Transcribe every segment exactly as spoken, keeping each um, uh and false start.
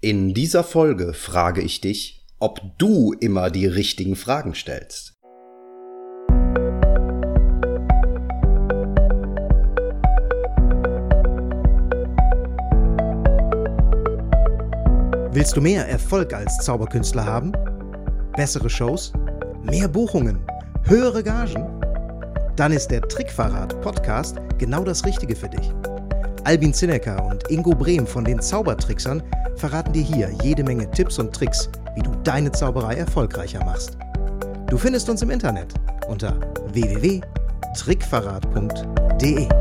In dieser Folge frage ich dich, ob du immer die richtigen Fragen stellst. Willst du mehr Erfolg als Zauberkünstler haben? Bessere Shows? Mehr Buchungen? Höhere Gagen? Dann ist der Trickverrat-Podcast genau das Richtige für dich. Albin Zinecker und Ingo Brehm von den Zaubertricksern verraten dir hier jede Menge Tipps und Tricks, wie du deine Zauberei erfolgreicher machst. Du findest uns im Internet unter w w w punkt trickverrat punkt d e.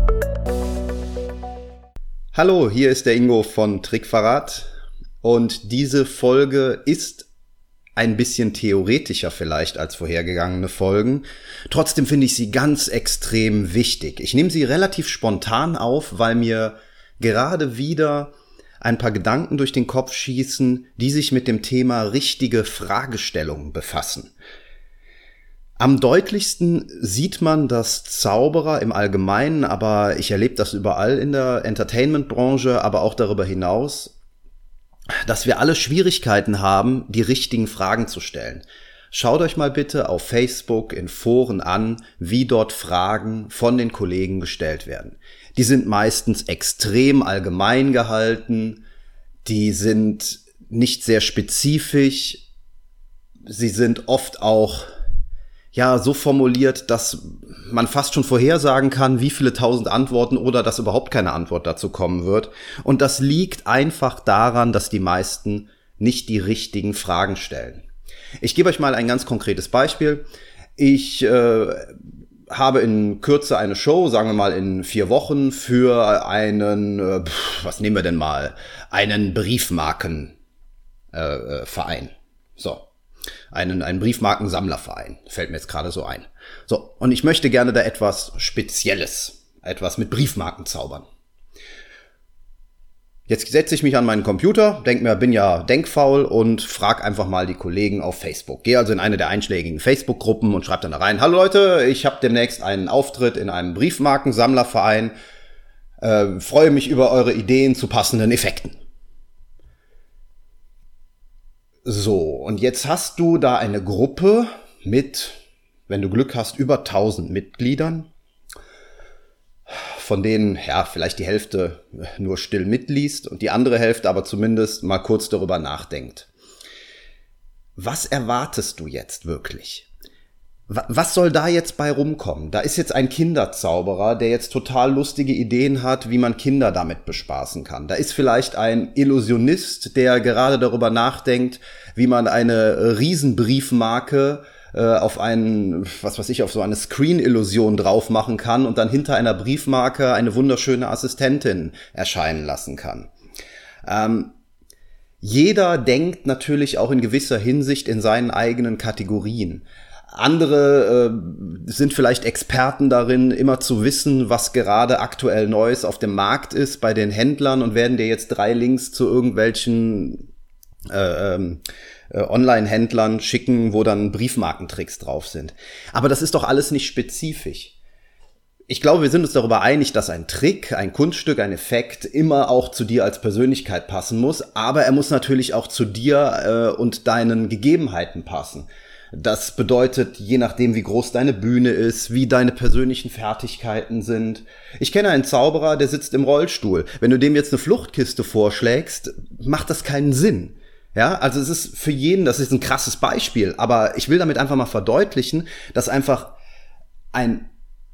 Hallo, hier ist der Ingo von Trickverrat und diese Folge ist ein bisschen theoretischer vielleicht als vorhergegangene Folgen. Trotzdem finde ich sie ganz extrem wichtig. Ich nehme sie relativ spontan auf, weil mir gerade wieder ein paar Gedanken durch den Kopf schießen, die sich mit dem Thema richtige Fragestellungen befassen. Am deutlichsten sieht man, dass Zauberer im Allgemeinen, aber ich erlebe das überall in der Entertainment-Branche, aber auch darüber hinaus, dass wir alle Schwierigkeiten haben, die richtigen Fragen zu stellen. Schaut euch mal bitte auf Facebook, in Foren an, wie dort Fragen von den Kollegen gestellt werden. Die sind meistens extrem allgemein gehalten, die sind nicht sehr spezifisch, sie sind oft auch ja so formuliert, dass man fast schon vorhersagen kann, wie viele tausend Antworten oder dass überhaupt keine Antwort dazu kommen wird. Und das liegt einfach daran, dass die meisten nicht die richtigen Fragen stellen. Ich gebe euch mal ein ganz konkretes Beispiel. Ich äh, habe in Kürze eine Show, sagen wir mal in vier Wochen, für einen, äh, was nehmen wir denn mal, einen Briefmarkenverein. Äh, Verein. So. Einen, einen Briefmarkensammlerverein, fällt mir jetzt gerade so ein. So, und ich möchte gerne da etwas Spezielles, etwas mit Briefmarken zaubern. Jetzt setze ich mich an meinen Computer, denke mir, bin ja denkfaul und frage einfach mal die Kollegen auf Facebook. Gehe also in eine der einschlägigen Facebook-Gruppen und schreibe dann da rein, hallo Leute, ich habe demnächst einen Auftritt in einem Briefmarkensammlerverein, äh, freue mich über eure Ideen zu passenden Effekten. So, und jetzt hast du da eine Gruppe mit, wenn du Glück hast, über tausend Mitgliedern, von denen, ja, vielleicht die Hälfte nur still mitliest und die andere Hälfte aber zumindest mal kurz darüber nachdenkt. Was erwartest du jetzt wirklich? Was soll da jetzt bei rumkommen? Da ist jetzt ein Kinderzauberer, der jetzt total lustige Ideen hat, wie man Kinder damit bespaßen kann. Da ist vielleicht ein Illusionist, der gerade darüber nachdenkt, wie man eine Riesenbriefmarke äh, auf einen, was weiß ich, auf so eine Screen-Illusion drauf machen kann und dann hinter einer Briefmarke eine wunderschöne Assistentin erscheinen lassen kann. Ähm, jeder denkt natürlich auch in gewisser Hinsicht in seinen eigenen Kategorien. Andere äh, sind vielleicht Experten darin, immer zu wissen, was gerade aktuell Neues auf dem Markt ist bei den Händlern und werden dir jetzt drei Links zu irgendwelchen äh, äh, Online-Händlern schicken, wo dann Briefmarkentricks drauf sind. Aber das ist doch alles nicht spezifisch. Ich glaube, wir sind uns darüber einig, dass ein Trick, ein Kunststück, ein Effekt immer auch zu dir als Persönlichkeit passen muss, aber er muss natürlich auch zu dir äh, und deinen Gegebenheiten passen. Das bedeutet, je nachdem, wie groß deine Bühne ist, wie deine persönlichen Fertigkeiten sind. Ich kenne einen Zauberer, der sitzt im Rollstuhl. Wenn du dem jetzt eine Fluchtkiste vorschlägst, macht das keinen Sinn. Ja, also es ist für jeden, das ist ein krasses Beispiel, aber ich will damit einfach mal verdeutlichen, dass einfach ein,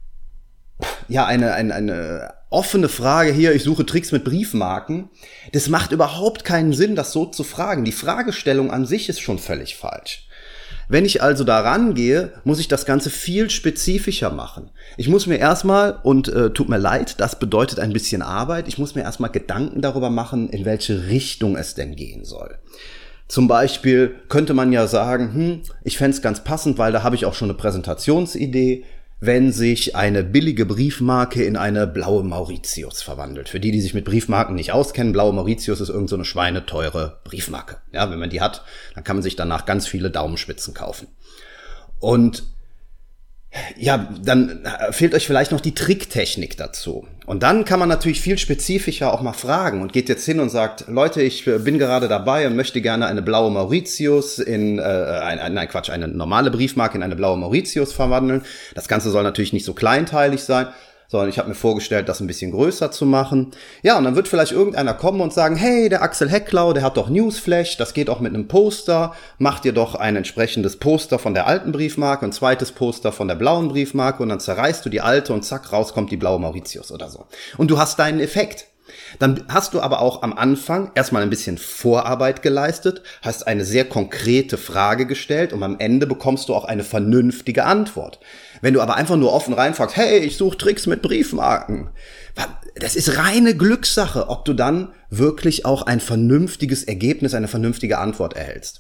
ja, eine, eine, eine offene Frage hier, ich suche Tricks mit Briefmarken, das macht überhaupt keinen Sinn, das so zu fragen. Die Fragestellung an sich ist schon völlig falsch. Wenn ich also da rangehe, muss ich das Ganze viel spezifischer machen. Ich muss mir erstmal, und äh, tut mir leid, das bedeutet ein bisschen Arbeit, ich muss mir erstmal Gedanken darüber machen, in welche Richtung es denn gehen soll. Zum Beispiel könnte man ja sagen, hm, ich fänd's ganz passend, weil da habe ich auch schon eine Präsentationsidee, wenn sich eine billige Briefmarke in eine blaue Mauritius verwandelt. Für die, die sich mit Briefmarken nicht auskennen, blaue Mauritius ist irgend so eine schweineteure Briefmarke. Ja, wenn man die hat, dann kann man sich danach ganz viele Daumenspitzen kaufen. Und Ja, dann fehlt euch vielleicht noch die Tricktechnik dazu. Und dann kann man natürlich viel spezifischer auch mal fragen und geht jetzt hin und sagt, Leute, ich bin gerade dabei und möchte gerne eine blaue Mauritius in, äh, ein, nein Quatsch, eine normale Briefmarke in eine blaue Mauritius verwandeln. Das Ganze soll natürlich nicht so kleinteilig sein, sondern ich habe mir vorgestellt, das ein bisschen größer zu machen. Ja, und dann wird vielleicht irgendeiner kommen und sagen, hey, der Axel Hecklau, der hat doch Newsflash, das geht auch mit einem Poster, mach dir doch ein entsprechendes Poster von der alten Briefmarke, ein zweites Poster von der blauen Briefmarke und dann zerreißt du die alte und zack, raus kommt die blaue Mauritius oder so. Und du hast deinen Effekt. Dann hast du aber auch am Anfang erstmal ein bisschen Vorarbeit geleistet, hast eine sehr konkrete Frage gestellt und am Ende bekommst du auch eine vernünftige Antwort. Wenn du aber einfach nur offen reinfragst, hey, ich suche Tricks mit Briefmarken, das ist reine Glückssache, ob du dann wirklich auch ein vernünftiges Ergebnis, eine vernünftige Antwort erhältst.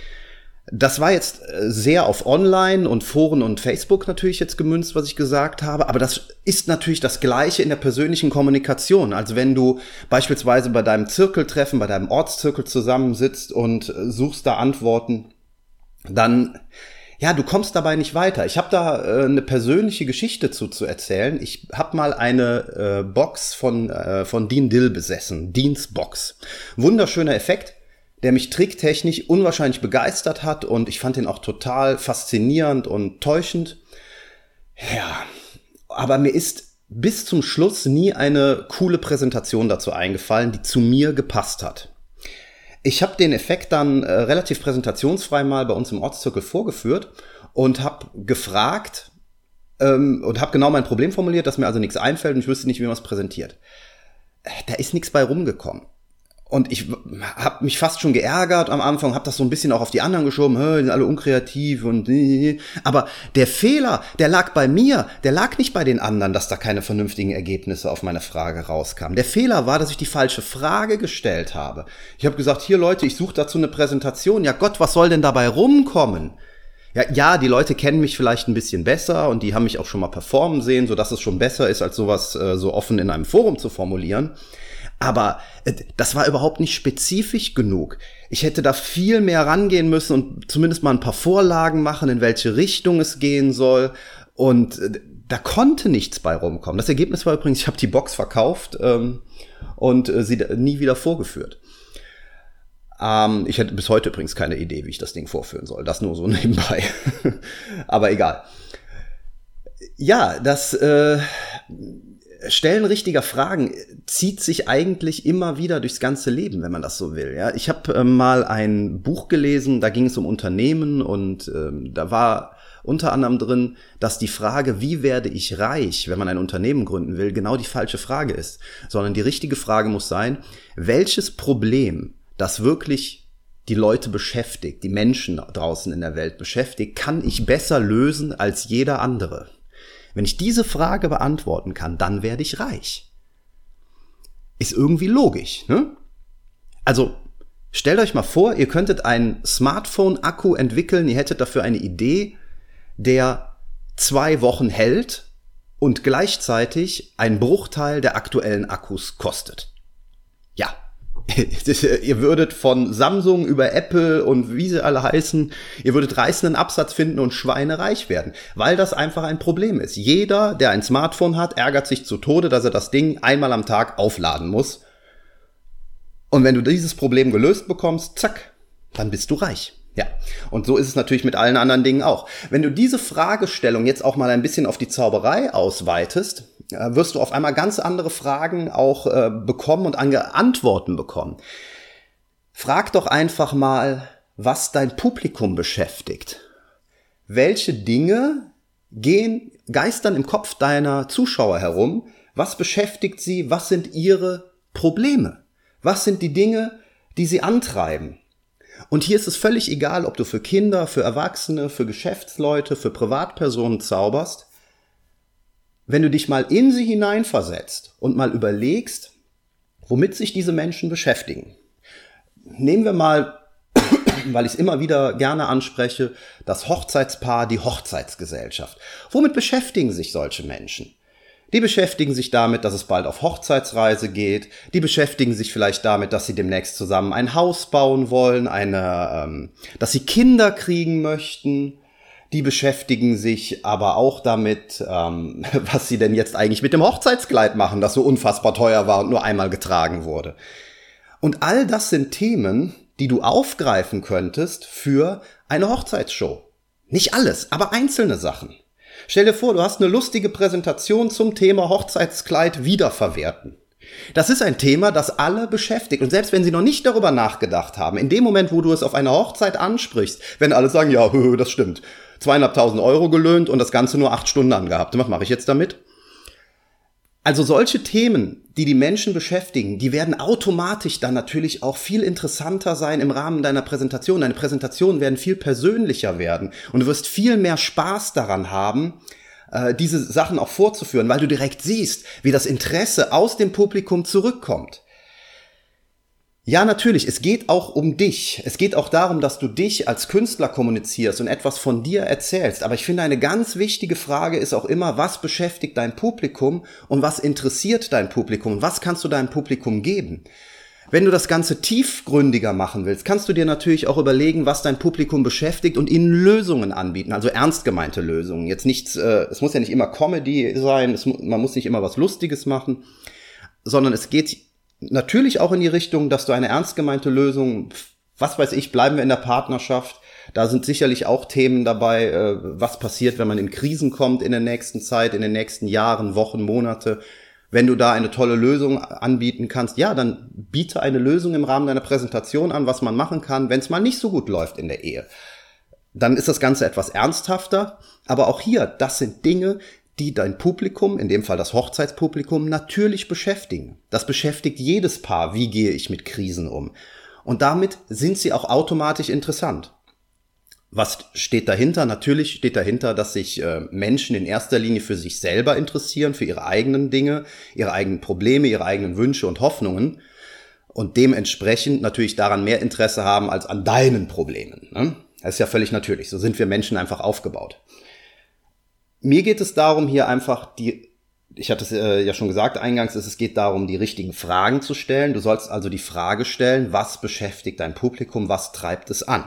Das war jetzt sehr auf Online und Foren und Facebook natürlich jetzt gemünzt, was ich gesagt habe, aber das ist natürlich das Gleiche in der persönlichen Kommunikation. Also wenn du beispielsweise bei deinem Zirkeltreffen, bei deinem Ortszirkel zusammensitzt und suchst da Antworten, dann, ja, du kommst dabei nicht weiter. Ich habe da äh, eine persönliche Geschichte zu zu erzählen. Ich habe mal eine äh, Box von äh, von Dean Dill besessen, Deans Box. Wunderschöner Effekt, der mich tricktechnisch unwahrscheinlich begeistert hat und ich fand ihn auch total faszinierend und täuschend. Ja, aber mir ist bis zum Schluss nie eine coole Präsentation dazu eingefallen, die zu mir gepasst hat. Ich habe den Effekt dann äh, relativ präsentationsfrei mal bei uns im Ortszirkel vorgeführt und habe gefragt ähm, und habe genau mein Problem formuliert, dass mir also nichts einfällt und ich wüsste nicht, wie man es präsentiert. Da ist nichts bei rumgekommen. Und ich habe mich fast schon geärgert am Anfang, habe das so ein bisschen auch auf die anderen geschoben, die sind alle unkreativ und aber der Fehler, der lag bei mir, der lag nicht bei den anderen, dass da keine vernünftigen Ergebnisse auf meine Frage rauskamen. Der Fehler war, dass ich die falsche Frage gestellt habe. Ich habe gesagt, hier Leute, ich suche dazu eine Präsentation. Ja Gott, was soll denn dabei rumkommen? Ja, ja, die Leute kennen mich vielleicht ein bisschen besser und die haben mich auch schon mal performen sehen, sodass es schon besser ist, als sowas äh, so offen in einem Forum zu formulieren. Aber äh, das war überhaupt nicht spezifisch genug. Ich hätte da viel mehr rangehen müssen und zumindest mal ein paar Vorlagen machen, in welche Richtung es gehen soll. Und äh, da konnte nichts bei rumkommen. Das Ergebnis war übrigens, ich habe die Box verkauft ähm, und äh, sie nie wieder vorgeführt. Ähm, ich hätte bis heute übrigens keine Idee, wie ich das Ding vorführen soll. Das nur so nebenbei. Aber egal. Ja, das äh, Stellen richtiger Fragen zieht sich eigentlich immer wieder durchs ganze Leben, wenn man das so will. Ja, ich habe äh, mal ein Buch gelesen, da ging es um Unternehmen und äh, da war unter anderem drin, dass die Frage, wie werde ich reich, wenn man ein Unternehmen gründen will, genau die falsche Frage ist. Sondern die richtige Frage muss sein, welches Problem, das wirklich die Leute beschäftigt, die Menschen draußen in der Welt beschäftigt, kann ich besser lösen als jeder andere? Wenn ich diese Frage beantworten kann, dann werde ich reich. Ist irgendwie logisch, ne? Also, stellt euch mal vor, ihr könntet einen Smartphone-Akku entwickeln, ihr hättet dafür eine Idee, der zwei Wochen hält und gleichzeitig einen Bruchteil der aktuellen Akkus kostet. Ja. Ihr würdet von Samsung über Apple und wie sie alle heißen, ihr würdet reißenden Absatz finden und schweinereich werden, weil das einfach ein Problem ist. Jeder, der ein Smartphone hat, ärgert sich zu Tode, dass er das Ding einmal am Tag aufladen muss. Und wenn du dieses Problem gelöst bekommst, zack, dann bist du reich. Ja, und so ist es natürlich mit allen anderen Dingen auch. Wenn du diese Fragestellung jetzt auch mal ein bisschen auf die Zauberei ausweitest, wirst du auf einmal ganz andere Fragen auch äh, bekommen und Antworten bekommen. Frag doch einfach mal, was dein Publikum beschäftigt. Welche Dinge gehen, geistern im Kopf deiner Zuschauer herum? Was beschäftigt sie? Was sind ihre Probleme? Was sind die Dinge, die sie antreiben? Und hier ist es völlig egal, ob du für Kinder, für Erwachsene, für Geschäftsleute, für Privatpersonen zauberst. Wenn du dich mal in sie hineinversetzt und mal überlegst, womit sich diese Menschen beschäftigen. Nehmen wir mal, weil ich es immer wieder gerne anspreche, das Hochzeitspaar, die Hochzeitsgesellschaft. Womit beschäftigen sich solche Menschen? Die beschäftigen sich damit, dass es bald auf Hochzeitsreise geht. Die beschäftigen sich vielleicht damit, dass sie demnächst zusammen ein Haus bauen wollen, eine, ähm, dass sie Kinder kriegen möchten. Die beschäftigen sich aber auch damit, ähm, was sie denn jetzt eigentlich mit dem Hochzeitskleid machen, das so unfassbar teuer war und nur einmal getragen wurde. Und all das sind Themen, die du aufgreifen könntest für eine Hochzeitsshow. Nicht alles, aber einzelne Sachen. Stell dir vor, du hast eine lustige Präsentation zum Thema Hochzeitskleid wiederverwerten. Das ist ein Thema, das alle beschäftigt. Und selbst wenn sie noch nicht darüber nachgedacht haben, in dem Moment, wo du es auf einer Hochzeit ansprichst, wenn alle sagen, ja, das stimmt, zweieinhalbtausend Euro gelöhnt und das Ganze nur acht Stunden angehabt. Was mache ich jetzt damit? Also solche Themen, die die Menschen beschäftigen, die werden automatisch dann natürlich auch viel interessanter sein im Rahmen deiner Präsentation. Deine Präsentationen werden viel persönlicher werden und du wirst viel mehr Spaß daran haben, diese Sachen auch vorzuführen, weil du direkt siehst, wie das Interesse aus dem Publikum zurückkommt. Ja, natürlich, es geht auch um dich. Es geht auch darum, dass du dich als Künstler kommunizierst und etwas von dir erzählst. Aber ich finde, eine ganz wichtige Frage ist auch immer, was beschäftigt dein Publikum und was interessiert dein Publikum und was kannst du deinem Publikum geben? Wenn du das Ganze tiefgründiger machen willst, kannst du dir natürlich auch überlegen, was dein Publikum beschäftigt und ihnen Lösungen anbieten, also ernst gemeinte Lösungen. Jetzt nichts, äh, es muss ja nicht immer Comedy sein, es, man muss nicht immer was Lustiges machen, sondern es geht natürlich auch in die Richtung, dass du eine ernst gemeinte Lösung, was weiß ich, bleiben wir in der Partnerschaft, da sind sicherlich auch Themen dabei, äh, was passiert, wenn man in Krisen kommt in der nächsten Zeit, in den nächsten Jahren, Wochen, Monate. Wenn du da eine tolle Lösung anbieten kannst, ja, dann biete eine Lösung im Rahmen deiner Präsentation an, was man machen kann, wenn es mal nicht so gut läuft in der Ehe. Dann ist das Ganze etwas ernsthafter, aber auch hier, das sind Dinge, die dein Publikum, in dem Fall das Hochzeitspublikum, natürlich beschäftigen. Das beschäftigt jedes Paar, wie gehe ich mit Krisen um. Und damit sind sie auch automatisch interessant. Was steht dahinter? Natürlich steht dahinter, dass sich äh, Menschen in erster Linie für sich selber interessieren, für ihre eigenen Dinge, ihre eigenen Probleme, ihre eigenen Wünsche und Hoffnungen und dementsprechend natürlich daran mehr Interesse haben als an deinen Problemen. Ne? Das ist ja völlig natürlich. So sind wir Menschen einfach aufgebaut. Mir geht es darum, hier einfach die, ich hatte es äh, ja schon gesagt eingangs, es geht darum, die richtigen Fragen zu stellen. Du sollst also die Frage stellen, was beschäftigt dein Publikum, was treibt es an?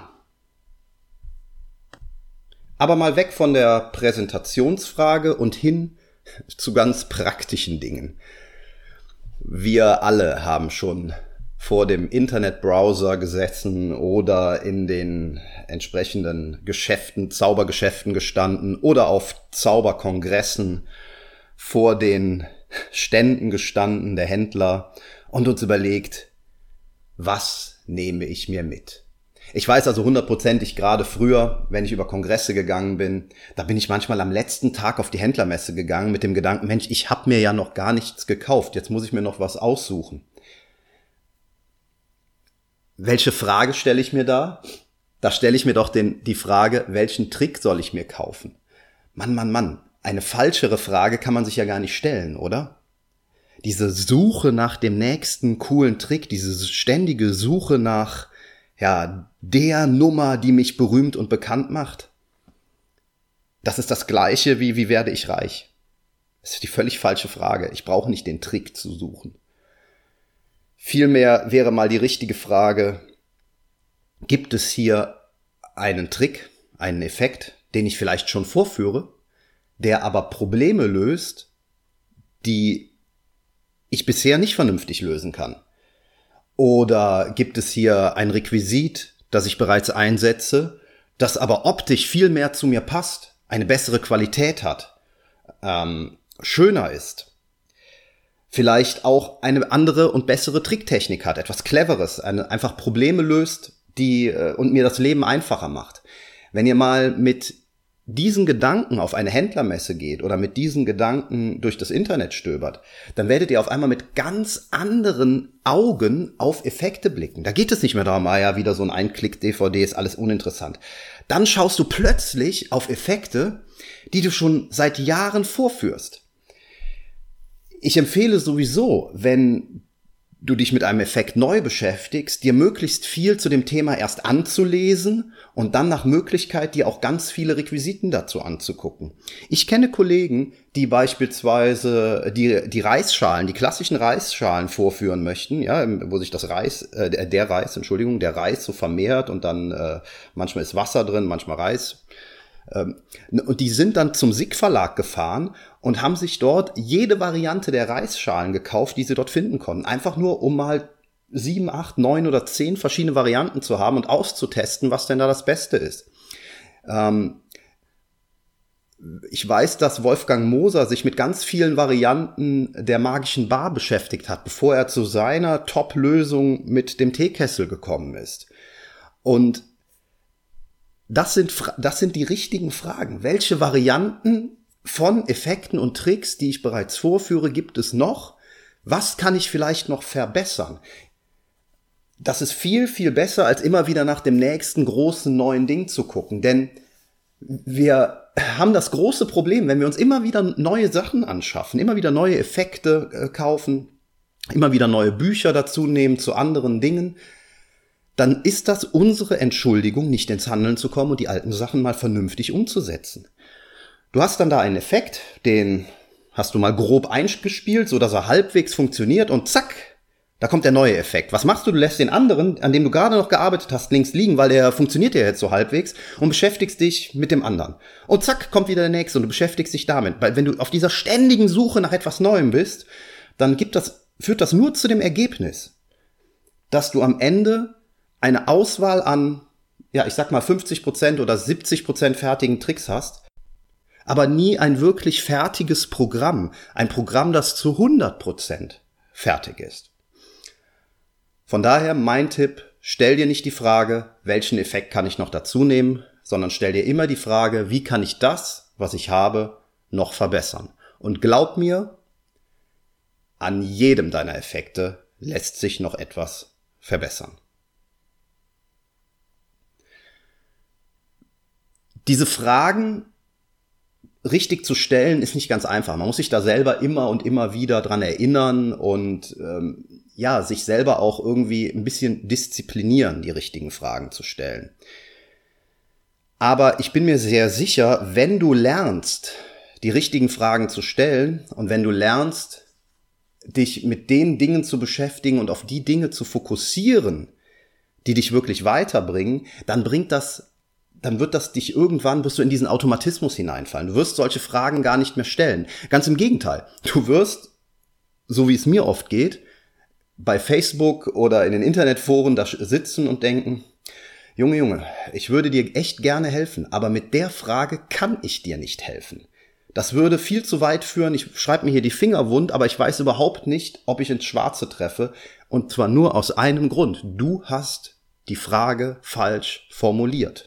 Aber mal weg von der Präsentationsfrage und hin zu ganz praktischen Dingen. Wir alle haben schon vor dem Internetbrowser gesessen oder in den entsprechenden Geschäften, Zaubergeschäften gestanden oder auf Zauberkongressen vor den Ständen gestanden, der Händler, und uns überlegt, was nehme ich mir mit? Ich weiß also hundertprozentig, gerade früher, wenn ich über Kongresse gegangen bin, da bin ich manchmal am letzten Tag auf die Händlermesse gegangen mit dem Gedanken, Mensch, ich habe mir ja noch gar nichts gekauft, jetzt muss ich mir noch was aussuchen. Welche Frage stelle ich mir da? Da stelle ich mir doch den, die Frage, welchen Trick soll ich mir kaufen? Mann, Mann, Mann, eine falschere Frage kann man sich ja gar nicht stellen, oder? Diese Suche nach dem nächsten coolen Trick, diese ständige Suche nach ja, der Nummer, die mich berühmt und bekannt macht. Das ist das Gleiche wie, wie werde ich reich? Das ist die völlig falsche Frage. Ich brauche nicht den Trick zu suchen. Vielmehr wäre mal die richtige Frage, gibt es hier einen Trick, einen Effekt, den ich vielleicht schon vorführe, der aber Probleme löst, die ich bisher nicht vernünftig lösen kann? Oder gibt es hier ein Requisit, das ich bereits einsetze, das aber optisch viel mehr zu mir passt, eine bessere Qualität hat, ähm, schöner ist, vielleicht auch eine andere und bessere Tricktechnik hat, etwas Cleveres, eine, einfach Probleme löst, die äh, und mir das Leben einfacher macht. Wenn ihr mal mit diesen Gedanken auf eine Händlermesse geht oder mit diesen Gedanken durch das Internet stöbert, dann werdet ihr auf einmal mit ganz anderen Augen auf Effekte blicken. Da geht es nicht mehr darum, ah ja, wieder so ein Einklick-D V D ist alles uninteressant. Dann schaust du plötzlich auf Effekte, die du schon seit Jahren vorführst. Ich empfehle sowieso, wenn du dich mit einem Effekt neu beschäftigst, dir möglichst viel zu dem Thema erst anzulesen und dann nach Möglichkeit dir auch ganz viele Requisiten dazu anzugucken. Ich kenne Kollegen, die beispielsweise die, die Reisschalen, die klassischen Reisschalen vorführen möchten, ja, wo sich das Reis, äh, der Reis, Entschuldigung, der Reis so vermehrt und dann äh, manchmal ist Wasser drin, manchmal Reis. Und die sind dann zum S I G Verlag gefahren und haben sich dort jede Variante der Reisschalen gekauft, die sie dort finden konnten. Einfach nur, um mal sieben, acht, neun oder zehn verschiedene Varianten zu haben und auszutesten, was denn da das Beste ist. Ähm, ich weiß, dass Wolfgang Moser sich mit ganz vielen Varianten der magischen Bar beschäftigt hat, bevor er zu seiner Top-Lösung mit dem Teekessel gekommen ist. Und Das sind, das sind die richtigen Fragen. Welche Varianten von Effekten und Tricks, die ich bereits vorführe, gibt es noch? Was kann ich vielleicht noch verbessern? Das ist viel, viel besser, als immer wieder nach dem nächsten großen neuen Ding zu gucken. Denn wir haben das große Problem, wenn wir uns immer wieder neue Sachen anschaffen, immer wieder neue Effekte äh, kaufen, immer wieder neue Bücher dazu nehmen zu anderen Dingen, dann ist das unsere Entschuldigung, nicht ins Handeln zu kommen und die alten Sachen mal vernünftig umzusetzen. Du hast dann da einen Effekt, den hast du mal grob eingespielt, so dass er halbwegs funktioniert und zack, da kommt der neue Effekt. Was machst du? Du lässt den anderen, an dem du gerade noch gearbeitet hast, links liegen, weil der funktioniert ja jetzt so halbwegs und beschäftigst dich mit dem anderen. Und zack, kommt wieder der nächste und du beschäftigst dich damit. Weil wenn du auf dieser ständigen Suche nach etwas Neuem bist, dann gibt das, führt das nur zu dem Ergebnis, dass du am Ende eine Auswahl an, ja, ich sag mal fünfzig Prozent oder siebzig Prozent fertigen Tricks hast, aber nie ein wirklich fertiges Programm, ein Programm, das zu hundert Prozent fertig ist. Von daher mein Tipp, stell dir nicht die Frage, welchen Effekt kann ich noch dazu nehmen, sondern stell dir immer die Frage, wie kann ich das, was ich habe, noch verbessern? Und glaub mir, an jedem deiner Effekte lässt sich noch etwas verbessern. Diese Fragen richtig zu stellen, ist nicht ganz einfach. Man muss sich da selber immer und immer wieder dran erinnern und ähm, ja, sich selber auch irgendwie ein bisschen disziplinieren, die richtigen Fragen zu stellen. Aber ich bin mir sehr sicher, wenn du lernst, die richtigen Fragen zu stellen und wenn du lernst, dich mit den Dingen zu beschäftigen und auf die Dinge zu fokussieren, die dich wirklich weiterbringen, dann bringt das dann wird das dich irgendwann, wirst du in diesen Automatismus hineinfallen. Du wirst solche Fragen gar nicht mehr stellen. Ganz im Gegenteil. Du wirst, so wie es mir oft geht, bei Facebook oder in den Internetforen da sitzen und denken, Junge, Junge, ich würde dir echt gerne helfen, aber mit der Frage kann ich dir nicht helfen. Das würde viel zu weit führen. Ich schreibe mir hier die Finger wund, aber ich weiß überhaupt nicht, ob ich ins Schwarze treffe. Und zwar nur aus einem Grund. Du hast die Frage falsch formuliert.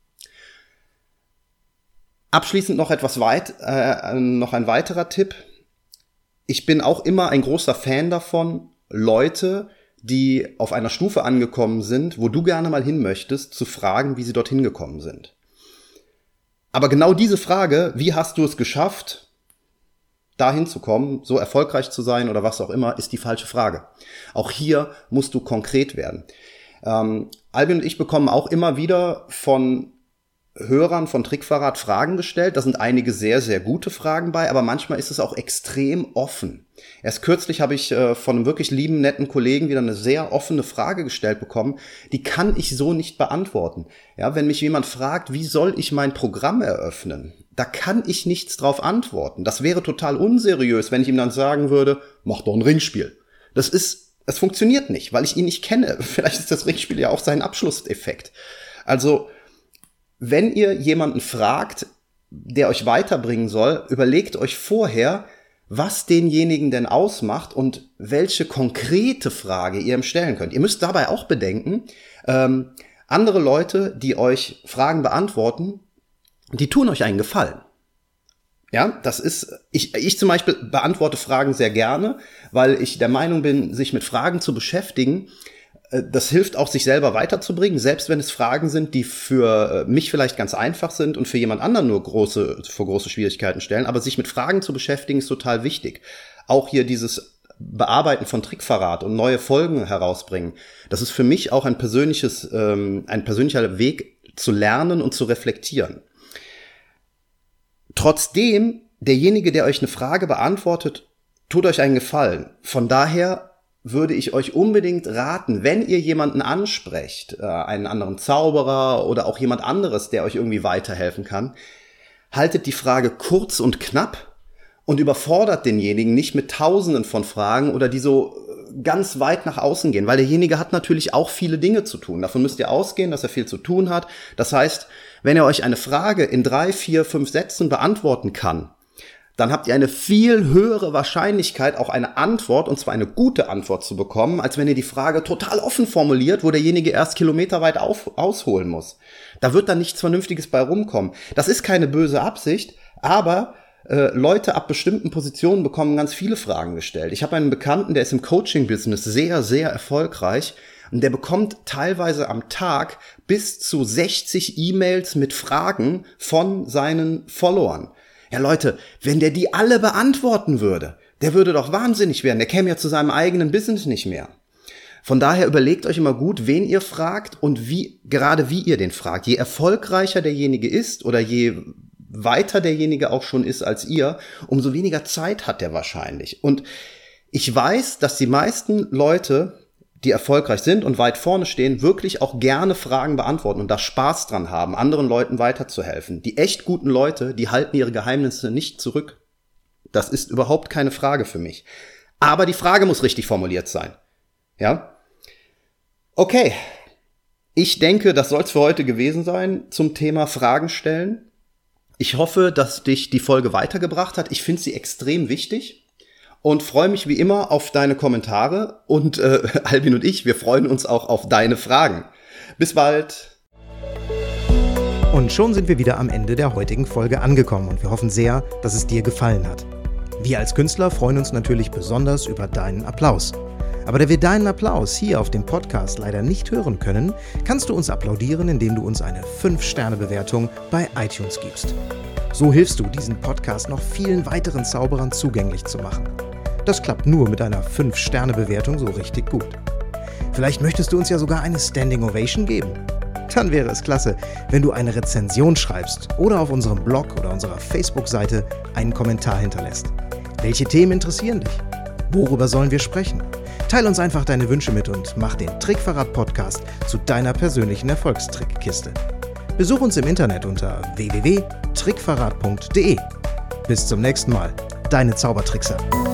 Abschließend noch etwas weit, äh, noch ein weiterer Tipp. Ich bin auch immer ein großer Fan davon, Leute, die auf einer Stufe angekommen sind, wo du gerne mal hin möchtest, zu fragen, wie sie dorthin gekommen sind. Aber genau diese Frage, wie hast du es geschafft, dahin zu kommen, so erfolgreich zu sein oder was auch immer, ist die falsche Frage. Auch hier musst du konkret werden. Ähm, Albin und ich bekommen auch immer wieder von Hörern von Trickverrat Fragen gestellt. Da sind einige sehr, sehr gute Fragen bei, aber manchmal ist es auch extrem offen. Erst kürzlich habe ich äh, von einem wirklich lieben, netten Kollegen wieder eine sehr offene Frage gestellt bekommen. Die kann ich so nicht beantworten. Ja, wenn mich jemand fragt, wie soll ich mein Programm eröffnen? Da kann ich nichts drauf antworten. Das wäre total unseriös, wenn ich ihm dann sagen würde, mach doch ein Ringspiel. Das ist, es funktioniert nicht, weil ich ihn nicht kenne. Vielleicht ist das Ringspiel ja auch sein Abschlusseffekt. Also, wenn ihr jemanden fragt, der euch weiterbringen soll, überlegt euch vorher, was denjenigen denn ausmacht und welche konkrete Frage ihr ihm stellen könnt. Ihr müsst dabei auch bedenken, ähm, andere Leute, die euch Fragen beantworten, die tun euch einen Gefallen. Ja, das ist, ich, ich zum Beispiel beantworte Fragen sehr gerne, weil ich der Meinung bin, sich mit Fragen zu beschäftigen, das hilft auch, sich selber weiterzubringen, selbst wenn es Fragen sind, die für mich vielleicht ganz einfach sind und für jemand anderen nur große, vor große Schwierigkeiten stellen. Aber sich mit Fragen zu beschäftigen, ist total wichtig. Auch hier dieses Bearbeiten von Trickverrat und neue Folgen herausbringen. Das ist für mich auch ein persönliches, ähm, ein persönlicher Weg zu lernen und zu reflektieren. Trotzdem, derjenige, der euch eine Frage beantwortet, tut euch einen Gefallen. Von daher würde ich euch unbedingt raten, wenn ihr jemanden ansprecht, äh, einen anderen Zauberer oder auch jemand anderes, der euch irgendwie weiterhelfen kann, haltet die Frage kurz und knapp und überfordert denjenigen nicht mit Tausenden von Fragen oder die so ganz weit nach außen gehen, weil derjenige hat natürlich auch viele Dinge zu tun. Davon müsst ihr ausgehen, dass er viel zu tun hat. Das heißt, wenn er euch eine Frage in drei, vier, fünf Sätzen beantworten kann, dann habt ihr eine viel höhere Wahrscheinlichkeit, auch eine Antwort, und zwar eine gute Antwort zu bekommen, als wenn ihr die Frage total offen formuliert, wo derjenige erst kilometerweit auf, ausholen muss. Da wird dann nichts Vernünftiges bei rumkommen. Das ist keine böse Absicht, aber äh, Leute ab bestimmten Positionen bekommen ganz viele Fragen gestellt. Ich habe einen Bekannten, der ist im Coaching-Business sehr, sehr erfolgreich und der bekommt teilweise am Tag bis zu sechzig E-Mails mit Fragen von seinen Followern. Ja Leute, wenn der die alle beantworten würde, der würde doch wahnsinnig werden, der käme ja zu seinem eigenen Business nicht mehr. Von daher überlegt euch immer gut, wen ihr fragt und wie, gerade wie ihr den fragt. Je erfolgreicher derjenige ist oder je weiter derjenige auch schon ist als ihr, umso weniger Zeit hat der wahrscheinlich. Und ich weiß, dass die meisten Leute, die erfolgreich sind und weit vorne stehen, wirklich auch gerne Fragen beantworten und da Spaß dran haben, anderen Leuten weiterzuhelfen. Die echt guten Leute, die halten ihre Geheimnisse nicht zurück. Das ist überhaupt keine Frage für mich. Aber die Frage muss richtig formuliert sein. Ja? Okay. Ich denke, das soll es für heute gewesen sein zum Thema Fragen stellen. Ich hoffe, dass dich die Folge weitergebracht hat. Ich finde sie extrem wichtig und freue mich wie immer auf deine Kommentare. Und äh, Albin und ich, wir freuen uns auch auf deine Fragen. Bis bald. Und schon sind wir wieder am Ende der heutigen Folge angekommen und wir hoffen sehr, dass es dir gefallen hat. Wir als Künstler freuen uns natürlich besonders über deinen Applaus. Aber da wir deinen Applaus hier auf dem Podcast leider nicht hören können, kannst du uns applaudieren, indem du uns eine fünf Sterne Bewertung bei iTunes gibst. So hilfst du, diesen Podcast noch vielen weiteren Zauberern zugänglich zu machen. Das klappt nur mit einer fünf Sterne Bewertung so richtig gut. Vielleicht möchtest du uns ja sogar eine Standing Ovation geben. Dann wäre es klasse, wenn du eine Rezension schreibst oder auf unserem Blog oder unserer Facebook-Seite einen Kommentar hinterlässt. Welche Themen interessieren dich? Worüber sollen wir sprechen? Teil uns einfach deine Wünsche mit und mach den Trickverrat-Podcast zu deiner persönlichen Erfolgstrickkiste. Besuch uns im Internet unter w w w punkt trickverrat punkt d e. Bis zum nächsten Mal, deine Zaubertrickser.